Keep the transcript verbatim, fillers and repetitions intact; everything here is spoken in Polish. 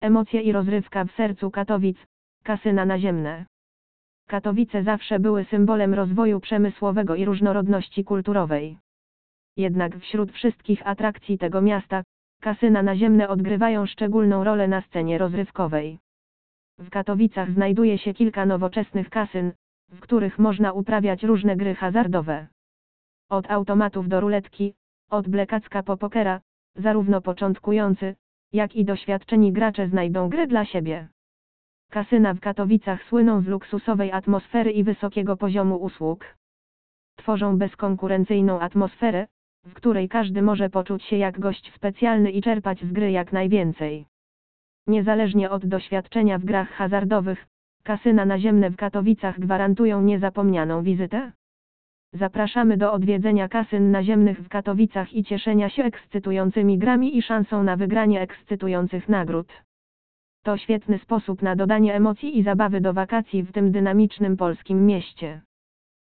Emocje i rozrywka w sercu Katowic, kasyna naziemne. Katowice zawsze były symbolem rozwoju przemysłowego i różnorodności kulturowej. Jednak wśród wszystkich atrakcji tego miasta, kasyna naziemne odgrywają szczególną rolę na scenie rozrywkowej. W Katowicach znajduje się kilka nowoczesnych kasyn, w których można uprawiać różne gry hazardowe. Od automatów do ruletki, od blekacka po pokera, zarówno początkujący, jak i doświadczeni gracze znajdą gry dla siebie. Kasyna w Katowicach słyną z luksusowej atmosfery i wysokiego poziomu usług. Tworzą bezkonkurencyjną atmosferę, w której każdy może poczuć się jak gość specjalny i czerpać z gry jak najwięcej. Niezależnie od doświadczenia w grach hazardowych, kasyna naziemne w Katowicach gwarantują niezapomnianą wizytę. Zapraszamy do odwiedzenia kasyn naziemnych w Katowicach i cieszenia się ekscytującymi grami i szansą na wygranie ekscytujących nagród. To świetny sposób na dodanie emocji i zabawy do wakacji w tym dynamicznym polskim mieście.